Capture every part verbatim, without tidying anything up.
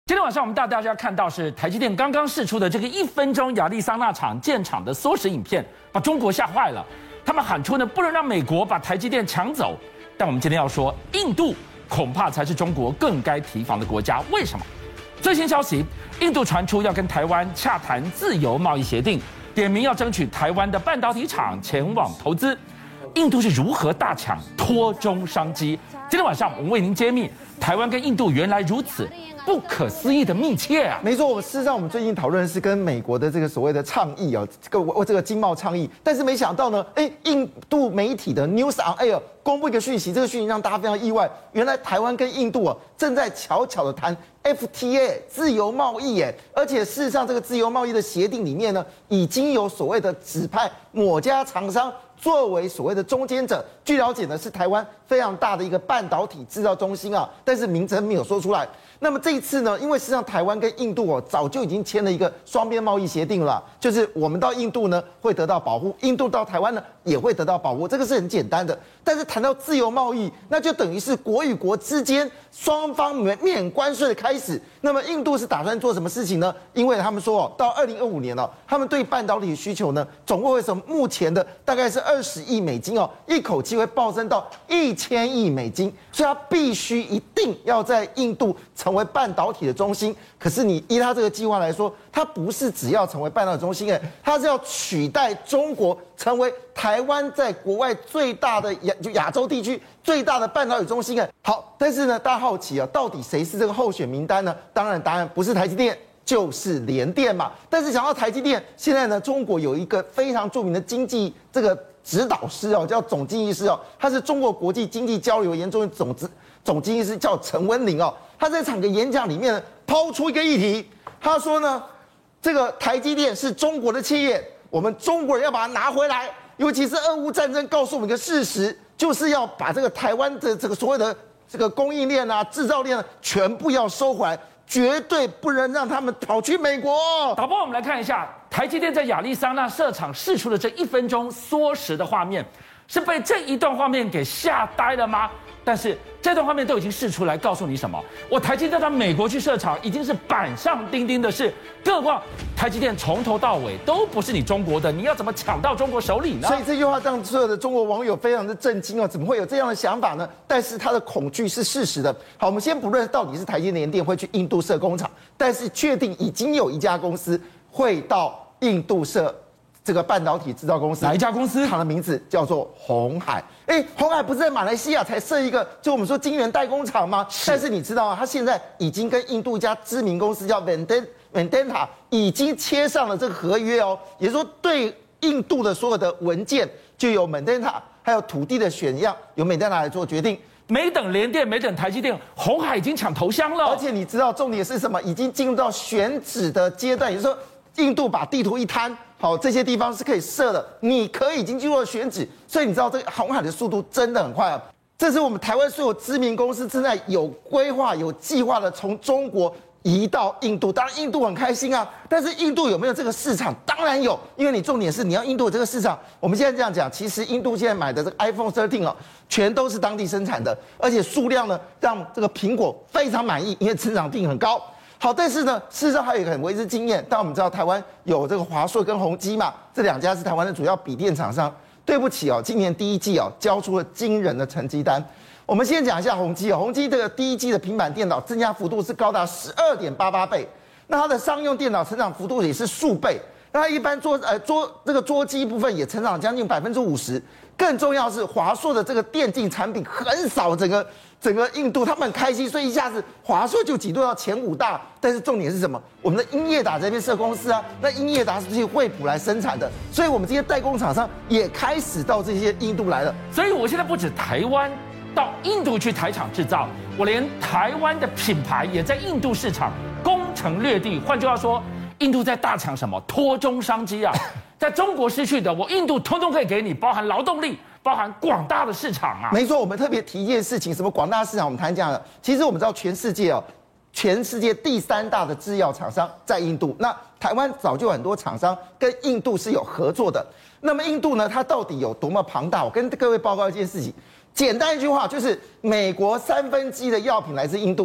今天晚上我们带大家看到是台积电刚刚释出的这个一分钟亚利桑那厂建厂的缩时影片，把中国吓坏了。他们喊出呢，不能让美国把台积电抢走。但我们今天要说，印度恐怕才是中国更该提防的国家。为什么？最新消息，印度传出要跟台湾洽谈自由贸易协定，点名要争取台湾的半导体厂前往投资。印度是如何大抢脱中商机？今天晚上我们为您揭秘，台湾跟印度原来如此不可思议的密切啊！ 没错，我们事实上我们最近讨论的是跟美国的这个所谓的倡议啊，这个我这个经贸倡议，但是没想到呢，哎，印度媒体的 News on Air 公布一个讯息，这个讯息让大家非常意外，原来台湾跟印度啊正在悄悄的谈 F T A 自由贸易耶，而且事实上这个自由贸易的协定里面呢，已经有所谓的指派某家厂商作为所谓的中间者。据了解呢，是台湾非常大的一个半导体制造中心啊，但是名称没有说出来。那么这一次呢，因为实际上台湾跟印度哦早就已经签了一个双边贸易协定了，就是我们到印度呢会得到保护，印度到台湾呢也会得到保护，这个是很简单的。但是谈到自由贸易，那就等于是国与国之间双方免免关税的开始。那么印度是打算做什么事情呢？因为他们说哦，到二零二五年哦，他们对半导体的需求呢，总共会从目前的大概是二十亿美金哦，一口气会暴增到一千亿美金，所以它必须一定要在印度成为半导体的中心。可是你依他这个计划来说，它不是只要成为半导体中心，哎，它是要取代中国成为台湾在国外最大的亚就亚洲地区最大的半导体中心，哎，好，但是呢，大家好奇啊，到底谁是这个候选名单呢？当然，答案不是台积电，就是联电嘛。但是讲到台积电，现在呢，中国有一个非常著名的经济这个指导师哦，叫总经济师哦，他是中国国际经济交流研究院总总总经济师，叫陈文林哦。他在场个演讲里面呢，抛出一个议题，他说呢，这个台积电是中国的企业，我们中国人要把它拿回来。尤其是俄乌战争告诉我们一个事实，就是要把这个台湾的这个所谓的这个供应链啊、制造链啊，全部要收回来，绝对不能让他们跑去美国。 导播，我们来看一下台积电在亚利桑那设厂释出的这一分钟缩时的画面，是被这一段画面给吓呆了吗？但是这段画面都已经释出来，告诉你什么？我台积电到美国去设厂已经是板上钉钉的事，更何况台积电从头到尾都不是你中国的，你要怎么抢到中国手里呢？ 所以这句话让所有的中国网友非常的震惊哦，怎么会有这样的想法呢？但是他的恐惧是事实的。好，我们先不论到底是台积电联电会去印度设工厂，但是确定已经有一家公司会到印度设这个半导体制造公司。 哪一家公司？ 它的名字叫做鸿海。哎，鸿海不是在马来西亚才设一个，就我们说晶圆代工厂吗？是。但是你知道吗？它现在已经跟印度一家知名公司叫 Vedanta 已经签上了这个合约哦，也就是说对印度的所有的文件就由 Vedanta 还有土地的选样由 Vedanta 来做决定。 没等联电，没等台积电，鸿海已经抢头香了。 而且你知道重点是什么？已经进入到选址的阶段，也就是说印度把地图一摊。好，这些地方是可以设的，你可以已经进入了选址，所以你知道这个鸿海的速度真的很快啊！这是我们台湾所有知名公司正在有规划、有计划的从中国移到印度。当然，印度很开心啊，但是印度有没有这个市场？当然有，因为你重点是你要印度有这个市场。我们现在这样讲，其实印度现在买的这个 iPhone 十三哦，全都是当地生产的，而且数量呢让这个苹果非常满意，因为成长性很高。好，但是呢，事实上还有一个很为之惊艳。但我们知道台湾有这个华硕跟宏基嘛，这两家是台湾的主要笔电厂商。对不起哦，今年第一季哦，交出了惊人的成绩单。我们先讲一下宏基哦，宏基这个第一季的平板电脑增加幅度是高达十二点八八倍，那它的商用电脑成长幅度也是数倍。那它一般桌呃桌这个桌机部分也成长将近百分之五十。更重要是华硕的这个电竞产品很少，整个整个印度他们很开心，所以一下子华硕就挤入到前五大。但是重点是什么？我们的英业达这边设公司啊，那英业达是不是惠普来生产的？所以我们这些代工厂商也开始到这些印度来了。 所以我现在不止台湾到印度去台厂制造，我连台湾的品牌也在印度市场攻城略地。换句话说，印度在大抢什么？脱中商机啊！在中国失去的，我印度通通可以给你，包含劳动力，包含广大的市场啊。 没错，我们特别提一件事情，什么广大市场？我们谈讲了，其实我们知道全世界哦，全世界第三大的制药厂商在印度。那台湾早就有很多厂商跟印度是有合作的。那么印度呢，它到底有多么庞大？我跟各位报告一件事情，简单一句话就是，美国三分之一的药品来自印度。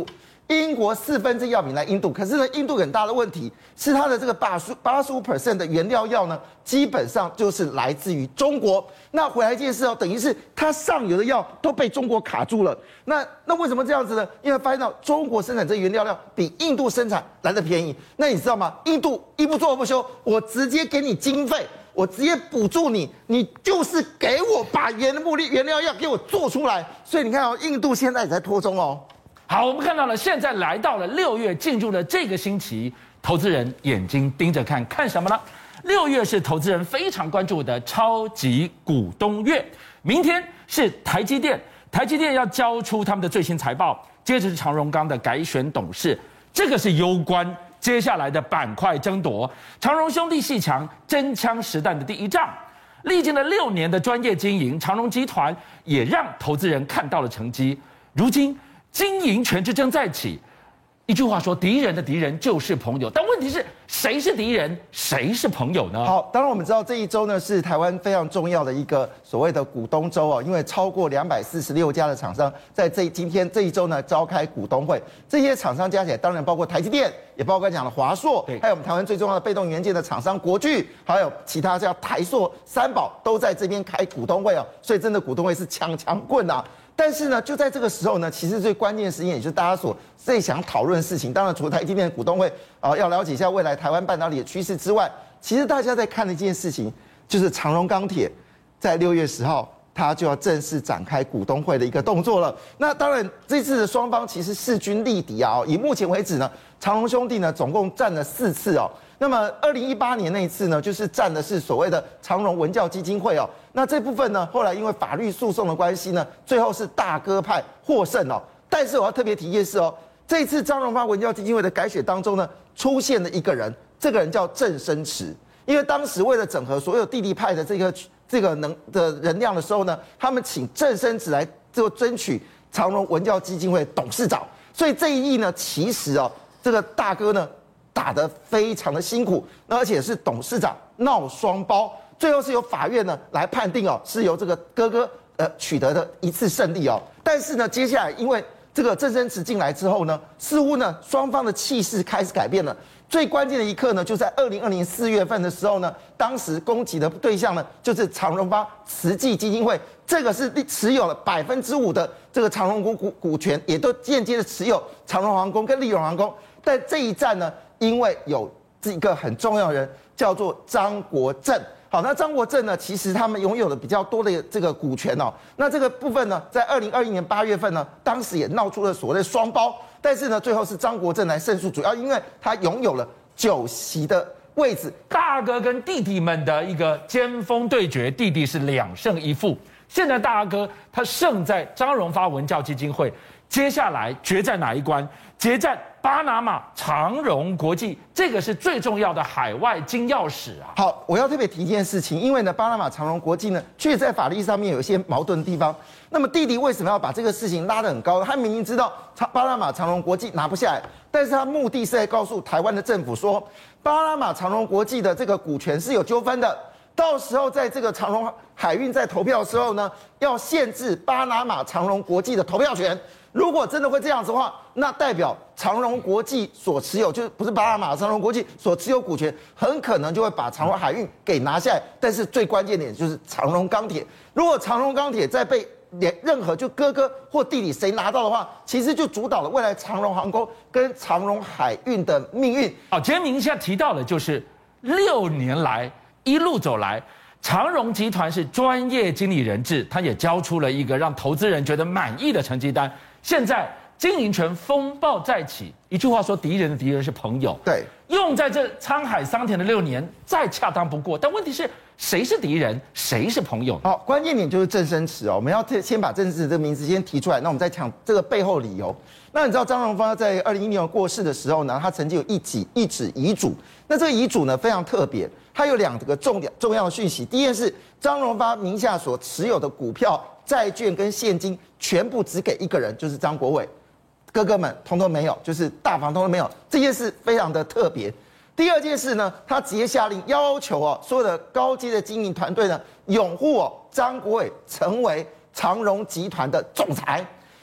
英国四分之一药品来印度，可是呢，印度很大的问题是它的这个八十八十五 percent 的原料药呢，基本上就是来自于中国。那回来一件事哦，等于是它上游的药都被中国卡住了。那那为什么这样子呢？因为发现到中国生产这原料料比印度生产来的便宜。那你知道吗？印度一不做二不休，我直接给你经费。我直接补助你，你就是给我把原物料原料药给我做出来。所以你看哦，印度现在也在拖中哦。 好，我们看到了，现在来到了六月，进入了这个星期，投资人眼睛盯着看，看什么呢？六月是投资人非常关注的超级股东月，明天是台积电，台积电要交出他们的最新财报，接着是长荣钢的改选董事，这个是攸关接下来的板块争夺。长荣兄弟阋强真枪实弹的第一仗，历经了六年的专业经营，长荣集团也让投资人看到了成绩。如今经营权之争再起，一句话说，敌人的敌人就是朋友。但问题是，谁是敌人，谁是朋友呢？ 好，当然我们知道这一周呢是台湾非常重要的一个所谓的股东周哦，因为超过两百四十六家的厂商在这今天这一周呢召开股东会，这些厂商加起来，当然包括台积电，也包括讲的华硕，还有我们台湾最重要的被动元件的厂商国巨，还有其他像台塑、三宝都在这边开股东会哦，所以真的股东会是强强棍啊。但是呢，就在这个时候呢，其实最关键的时间，也就是大家所最想讨论的事情。当然，除了台积电的股东会啊、呃，要了解一下未来台湾半导体的趋势之外，其实大家在看的一件事情，就是长荣钢铁在六月十号，它就要正式展开股东会的一个动作了。那当然，这次的双方其实势均力敌啊。以目前为止呢，长荣兄弟呢总共占了四次哦。那么，二零一八年那一次呢，就是占的是所谓的长荣文教基金会哦。那这部分呢，后来因为法律诉讼的关系呢，最后是大哥派获胜哦。但是我要特别提一件事哦，这次张荣发文教基金会的改选当中呢，出现了一个人，这个人叫郑生池。因为当时为了整合所有弟弟派的这个这个能的能量的时候呢，他们请郑生池来就争取长荣文教基金会董事长。所以这一役呢，其实哦，这个大哥呢，打得非常的辛苦，那而且是董事长闹双包，最后是由法院呢来判定哦，是由这个哥哥呃取得的一次胜利哦。但是呢，接下来因为这个郑生池进来之后呢，似乎呢双方的气势开始改变了。最关键的一刻呢，就在二零二零四月份的时候呢，当时攻击的对象呢就是长荣发慈济基金会，这个是持有了百分之五的这个长荣股股股权，也都间接的持有长荣航空跟立荣航空。但这一战呢，因为有这一个很重要的人叫做张国政，好，那张国政呢，其实他们拥有了比较多的这个股权哦。那这个部分呢，在二零二一年八月份呢，当时也闹出了所谓的双包，但是呢，最后是张国政来胜诉，主要因为他拥有了九席的位置。 大哥跟弟弟们的一个尖锋对决，弟弟是两胜一负。现在大哥他胜在张荣发文教基金会，接下来决战哪一关？决战巴拿马长荣国际，这个是最重要的海外金钥匙啊。 好，我要特别提一件事情，因为呢，巴拿马长荣国际呢，确实在法律上面有一些矛盾的地方。那么弟弟为什么要把这个事情拉得很高？他明明知道巴拿马长荣国际拿不下来，但是他目的是在告诉台湾的政府说，巴拿马长荣国际的这个股权是有纠纷的。到时候在这个长荣海运在投票的时候呢，要限制巴拿马长荣国际的投票权。如果真的会这样子的话，那代表长荣国际所持有，就是不是巴拿马长荣国际所持有股权，很可能就会把长荣海运给拿下来。但是最关键点就是长荣钢铁，如果长荣钢铁再被连任何就哥哥或弟弟谁拿到的话，其实就主导了未来长荣航空跟长荣海运的命运。 好，今天您现在提到的就是六年来一路走来，长荣集团是专业经理人制，他也交出了一个让投资人觉得满意的成绩单。现在经营权风暴再起，一句话说，敌人的敌人是朋友。 对， 用在这沧海桑田的六年，再恰当不过。但问题是，谁是敌人，谁是朋友？ 好，关键点就是郑生池哦。我们要先把郑生池这个名字先提出来，那我们再讲这个背后理由。那你知道张荣发在二零一六年过世的时候呢，他曾经有一纸一纸遗嘱。那这个遗嘱呢非常特别，它有两个重点重要的讯息。第一件是张荣发名下所持有的股票、债券跟现金全部只给一个人，就是张国伟，哥哥们通通没有，就是大房通通没有。这件事非常的特别。第二件事呢，他直接下令要求哦，所有的高阶的经营团队呢，拥护哦张国伟成为长荣集团的总裁。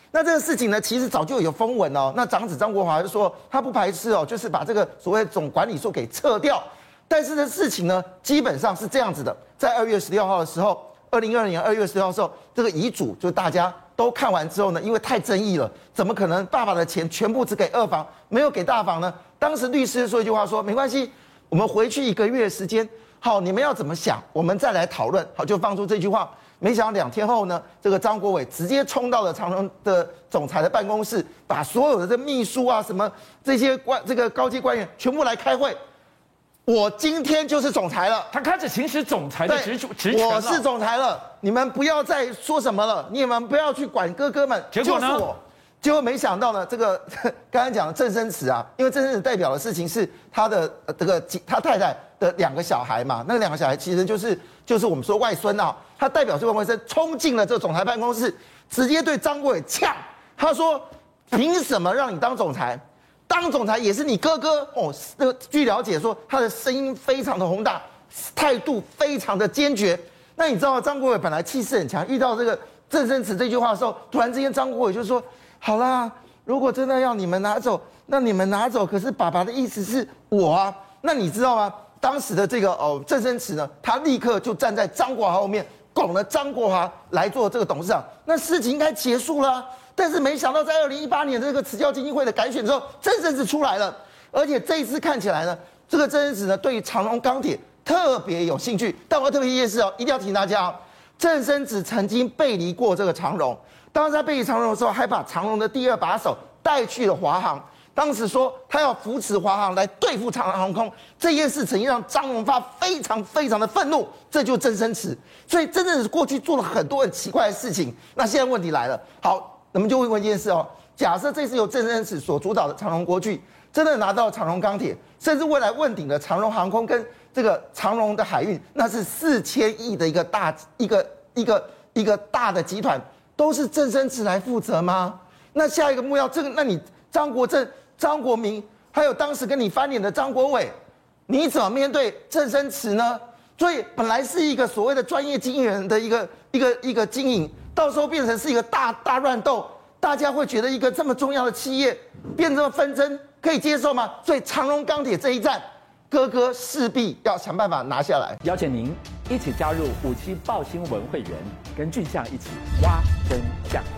那这个事情呢，其实早就有风闻哦。那长子张国华就说他不排斥哦，就是把这个所谓总管理处给撤掉。但是这事情呢，基本上是这样子的，在二月十六号的时候，二零二二年二月十六号的时候，这个遗嘱就大家都看完之后呢，因为太争议了，怎么可能爸爸的钱全部只给二房，没有给大房呢？当时律师说一句话说，没关系，我们回去一个月的时间，好，你们要怎么想，我们再来讨论。好，就放出这句话。没想到两天后呢，这个张国伟直接冲到了长荣的总裁的办公室，把所有的这秘书啊、什么这些官、这个高级官员全部来开会。我今天就是总裁了， 他开始行使总裁的职职权了。 我是总裁了，你们不要再说什么了，你们不要去管哥哥们。 结果呢？ 就是我。结果没想到呢，这个刚才讲的郑生慈啊，因为郑生慈代表的事情是他的呃这个他太太的两个小孩嘛，那两个小孩其实就是就是我们说外孙啊，他代表这个外孙冲进了这个总裁办公室，直接对张国伟呛，他说：“凭什么让你当总裁？当总裁也是你哥哥哦。”那个据了解说，他的声音非常的宏大，态度非常的坚决。那你知道张国伟本来气势很强，遇到这个郑生慈这句话的时候，突然之间张国伟就说。好啦，如果真的要你们拿走，那你们拿走。可是爸爸的意思是我啊，那你知道吗？当时的这个哦郑生慈呢，他立刻就站在张国华后面，拱了张国华来做这个董事长。那事情应该结束了、啊，但是没想到在二零一八年这个慈教基金会的改选之后，郑生慈出来了，而且这一次看起来呢，这个郑生慈呢对于长荣钢铁特别有兴趣。但我要特别一件事哦，一定要提醒大家哦，郑生慈曾经背离过这个长荣。当时他背离长荣的时候，还把长荣的第二把手带去了华航。当时说他要扶持华航来对付长荣航空，这件事曾经让张荣发非常非常的愤怒。这就是郑生慈，所以真正是过去做了很多很奇怪的事情。那现在问题来了，好，我们就问一件事哦：假设这次由郑生慈所主导的长荣国巨真的拿到长荣钢铁，甚至未来问鼎的长荣航空跟这个长荣的海运，那是四千亿的一个大一个一个一个大的集团。都是郑生慈来负责吗？那下一个目标，这个，那你张国政、张国民，还有当时跟你翻脸的张国伟，你怎么面对郑生慈呢？所以本来是一个所谓的专业经营人的一个一个一个经营，到时候变成是一个大大乱斗，大家会觉得一个这么重要的企业变成纷争，可以接受吗？所以长荣钢铁这一战，哥哥势必要想办法拿下来。 邀请您一起加入五七爆新闻会员，跟俊相一起挖真相。